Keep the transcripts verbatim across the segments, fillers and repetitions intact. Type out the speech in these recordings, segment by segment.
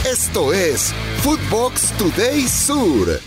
Esto es Footbox Today Sur.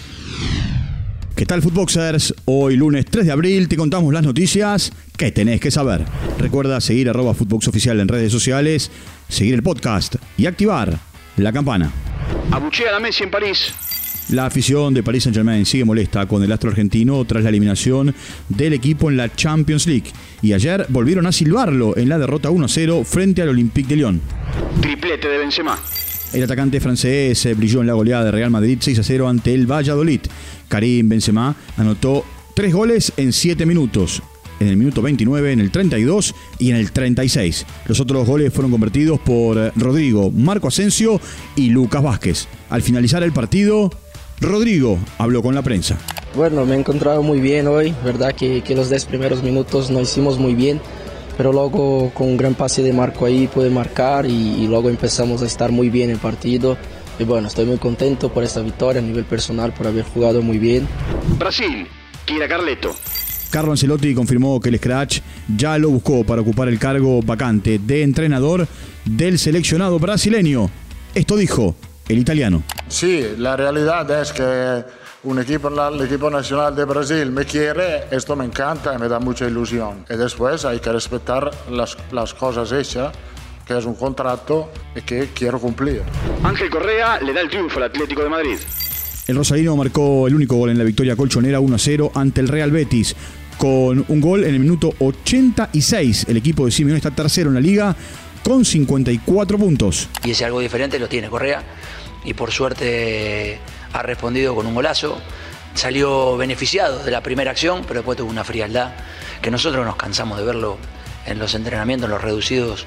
¿Qué tal, Footboxers? Hoy, lunes tres de abril, te contamos las noticias que tenés que saber. Recuerda seguir arroba Footbox Oficial en redes sociales, seguir el podcast y activar la campana. Abuchean a Messi en París. La afición de Paris Saint-Germain sigue molesta con el astro argentino tras la eliminación del equipo en la Champions League. Y ayer volvieron a silbarlo en la derrota uno a cero frente al Olympique de Lyon. Triplete de Benzema. El atacante francés brilló en la goleada de Real Madrid seis a cero ante el Valladolid. Karim Benzema anotó tres goles en siete minutos. En el minuto veintinueve, en el treinta y dos y en el treinta y seis. Los otros goles fueron convertidos por Rodrigo, Marco Asensio y Lucas Vázquez. Al finalizar el partido, Rodrigo habló con la prensa. Bueno, me he encontrado muy bien hoy, verdad que, que los diez primeros minutos no hicimos muy bien, pero luego con un gran pase de Marco ahí pude marcar y, y luego empezamos a estar muy bien en el partido. Y bueno, estoy muy contento por esta victoria a nivel personal, por haber jugado muy bien. Brasil, Kira Carleto. Carlo Ancelotti confirmó que el Scratch ya lo buscó para ocupar el cargo vacante de entrenador del seleccionado brasileño. Esto dijo el italiano. Sí, la realidad es que un equipo, el equipo nacional de Brasil me quiere, esto me encanta y me da mucha ilusión. Y después hay que respetar las, las cosas hechas, que es un contrato y que quiero cumplir. Ángel Correa le da el triunfo al Atlético de Madrid. El rosarino marcó el único gol en la victoria colchonera uno a cero ante el Real Betis. Con un gol en el minuto ochenta y seis, el equipo de Simeone está tercero en la liga con cincuenta y cuatro puntos. Y ese algo diferente lo tiene Correa y por suerte ha respondido con un golazo. Salió beneficiado de la primera acción, pero después tuvo una frialdad que nosotros nos cansamos de verlo en los entrenamientos, en los reducidos,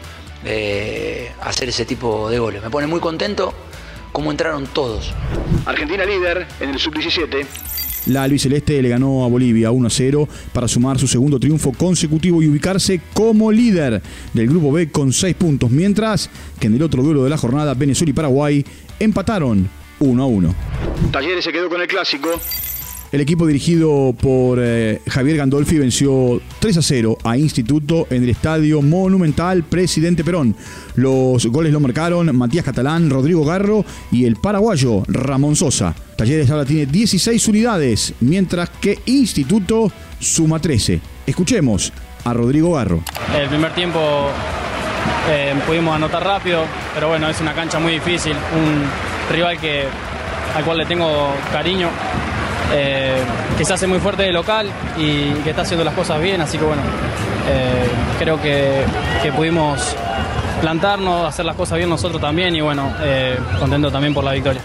eh, hacer ese tipo de goles. Me pone muy contento cómo entraron todos. Argentina líder en el sub diecisiete. La albiceleste le ganó a Bolivia uno a cero para sumar su segundo triunfo consecutivo y ubicarse como líder del grupo B con seis puntos, mientras que en el otro duelo de la jornada Venezuela y Paraguay empataron uno a uno. Talleres se quedó con el clásico. El equipo dirigido por eh, Javier Gandolfi venció tres a cero a Instituto en el Estadio Monumental Presidente Perón. Los goles lo marcaron Matías Catalán, Rodrigo Garro y el paraguayo Ramón Sosa. Talleres ahora tiene dieciséis unidades, mientras que Instituto suma trece. Escuchemos a Rodrigo Garro. El primer tiempo eh, pudimos anotar rápido, pero bueno, es una cancha muy difícil, un rival que, al cual le tengo cariño. Eh, que se hace muy fuerte de local y que está haciendo las cosas bien, así que bueno, eh, creo que, que pudimos plantarnos, hacer las cosas bien nosotros también y bueno, eh, contento también por la victoria.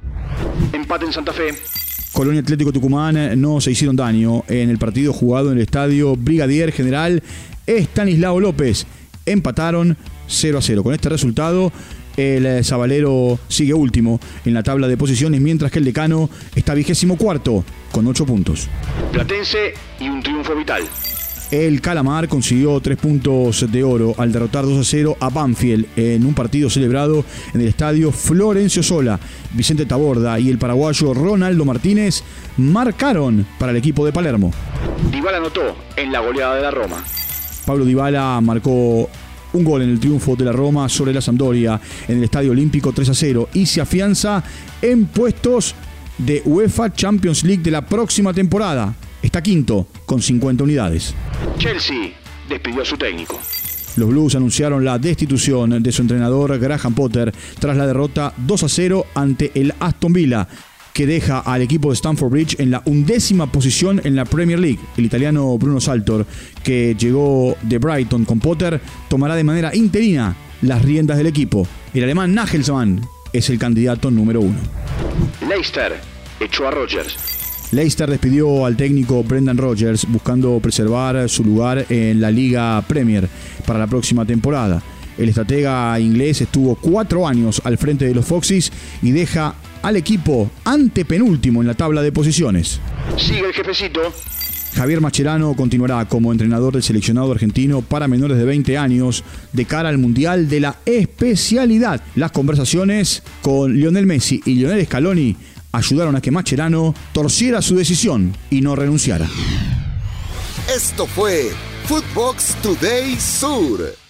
Empate en Santa Fe. Colonia Atlético Tucumán no se hicieron daño en el partido jugado en el estadio Brigadier General Estanislao López. Empataron cero a cero. Con este resultado, el Zabalero sigue último en la tabla de posiciones, mientras que el Decano está vigésimo cuarto con ocho puntos. Platense y un triunfo vital. El Calamar consiguió tres puntos de oro al derrotar dos a cero a Banfield en un partido celebrado en el estadio Florencio Sola. Vicente Taborda y el paraguayo Ronaldo Martínez marcaron para el equipo de Palermo. Dybala anotó en la goleada de la Roma. Pablo Dybala marcó un gol en el triunfo de la Roma sobre la Sampdoria en el Estadio Olímpico tres a cero y se afianza en puestos de UEFA Champions League de la próxima temporada. Está quinto con cincuenta unidades. Chelsea despidió a su técnico. Los Blues anunciaron la destitución de su entrenador Graham Potter tras la derrota dos a cero ante el Aston Villa, que deja al equipo de Stamford Bridge en la undécima posición en la Premier League. El italiano Bruno Saltor, que llegó de Brighton con Potter, tomará de manera interina las riendas del equipo. El alemán Nagelsmann es el candidato número uno. Leicester echó a Rodgers. Leicester despidió al técnico Brendan Rodgers buscando preservar su lugar en la Liga Premier para la próxima temporada. El estratega inglés estuvo cuatro años al frente de los Foxes y deja al equipo antepenúltimo en la tabla de posiciones. Sigue el jefecito. Javier Mascherano continuará como entrenador del seleccionado argentino para menores de veinte años de cara al Mundial de la especialidad. Las conversaciones con Lionel Messi y Lionel Scaloni ayudaron a que Mascherano torciera su decisión y no renunciara. Esto fue Footbox Today Sur.